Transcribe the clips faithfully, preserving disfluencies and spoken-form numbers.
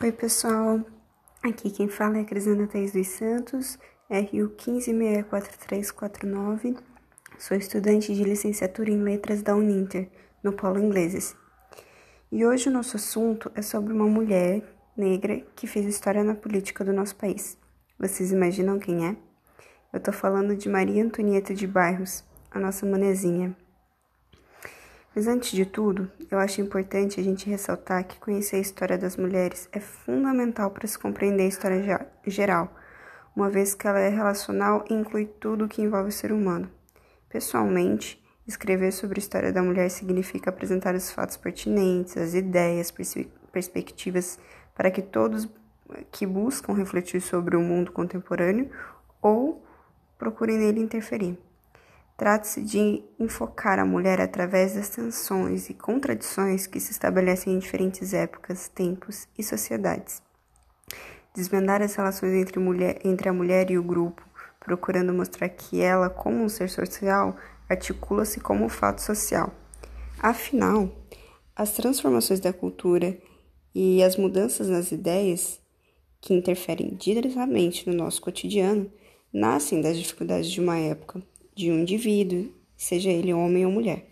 Oi pessoal, aqui quem fala é a Crisana Thaís dos Santos, R U um cinco seis quatro três quatro nove, sou estudante de licenciatura em Letras da Uninter, no Polo Ingleses. E hoje o nosso assunto é sobre uma mulher negra que fez história na política do nosso país. Vocês imaginam quem é? Eu tô falando de Maria Antonieta de Barros, a nossa manezinha. Mas antes de tudo, eu acho importante a gente ressaltar que conhecer a história das mulheres é fundamental para se compreender a história geral, uma vez que ela é relacional e inclui tudo o que envolve o ser humano. Pessoalmente, escrever sobre a história da mulher significa apresentar os fatos pertinentes, as ideias, pers- perspectivas, para que todos que buscam refletir sobre o mundo contemporâneo ou procurem nele interferir. Trata-se de enfocar a mulher através das tensões e contradições que se estabelecem em diferentes épocas, tempos e sociedades. Desvendar as relações entre, mulher, entre a mulher e o grupo, procurando mostrar que ela, como um ser social, articula-se como um fato social. Afinal, as transformações da cultura e as mudanças nas ideias, que interferem diretamente no nosso cotidiano, nascem das dificuldades de uma época, de um indivíduo, seja ele homem ou mulher.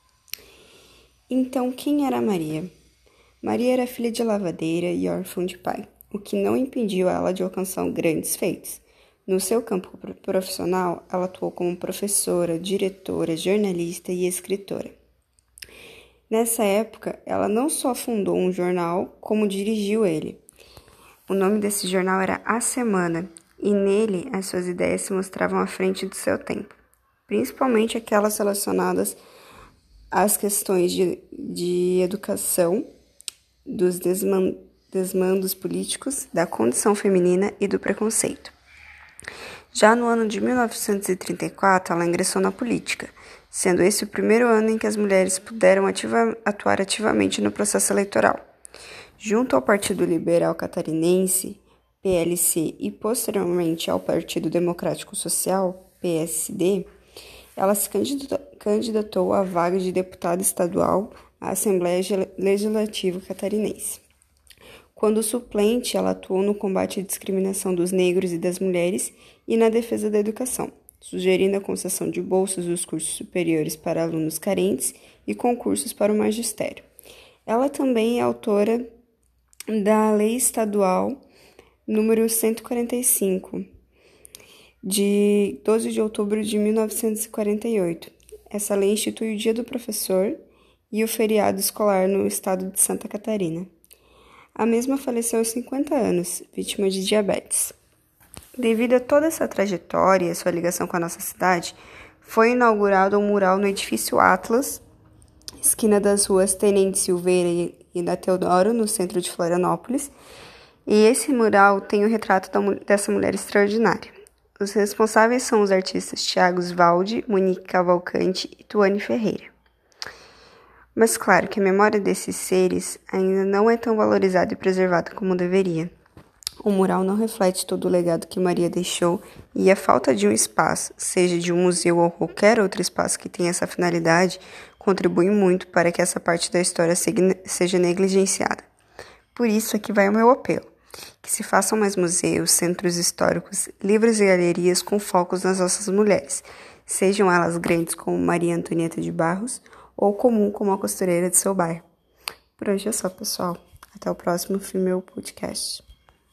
Então, quem era Maria? Maria era filha de lavadeira e órfã de pai, o que não impediu ela de alcançar grandes feitos. No seu campo profissional, ela atuou como professora, diretora, jornalista e escritora. Nessa época, ela não só fundou um jornal, como dirigiu ele. O nome desse jornal era A Semana, e nele as suas ideias se mostravam à frente do seu tempo, principalmente aquelas relacionadas às questões de, de educação, dos desman, desmandos políticos, da condição feminina e do preconceito. Já no ano de mil novecentos e trinta e quatro, ela ingressou na política, sendo esse o primeiro ano em que as mulheres puderam ativa, atuar ativamente no processo eleitoral. Junto ao Partido Liberal Catarinense, P L C, e posteriormente ao Partido Democrático Social, P S D, ela se candidatou à vaga de deputada estadual à Assembleia Legislativa Catarinense. Quando suplente, ela atuou no combate à discriminação dos negros e das mulheres e na defesa da educação, sugerindo a concessão de bolsas dos cursos superiores para alunos carentes e concursos para o magistério. Ela também é autora da Lei Estadual número cento e quarenta e cinco, de doze de outubro de mil novecentos e quarenta e oito. Essa lei institui o Dia do Professor e o feriado escolar no estado de Santa Catarina. A mesma faleceu aos cinquenta anos, vítima de diabetes. Devido a toda essa trajetória e a sua ligação com a nossa cidade, foi inaugurado um mural no edifício Atlas, esquina das ruas Tenente Silveira e da Teodoro, no centro de Florianópolis, e esse mural tem o retrato da, dessa mulher extraordinária. Os responsáveis são os artistas Thiago Svaldi, Monique Cavalcante e Tuane Ferreira. Mas claro que a memória desses seres ainda não é tão valorizada e preservada como deveria. O mural não reflete todo o legado que Maria deixou e a falta de um espaço, seja de um museu ou qualquer outro espaço que tenha essa finalidade, contribui muito para que essa parte da história seja negligenciada. Por isso aqui vai o meu apelo, que se façam mais museus, centros históricos, livros e galerias com focos nas nossas mulheres, sejam elas grandes como Maria Antonieta de Barros ou comum como a costureira de seu bairro. Por hoje é só, pessoal. Até o próximo meu podcast.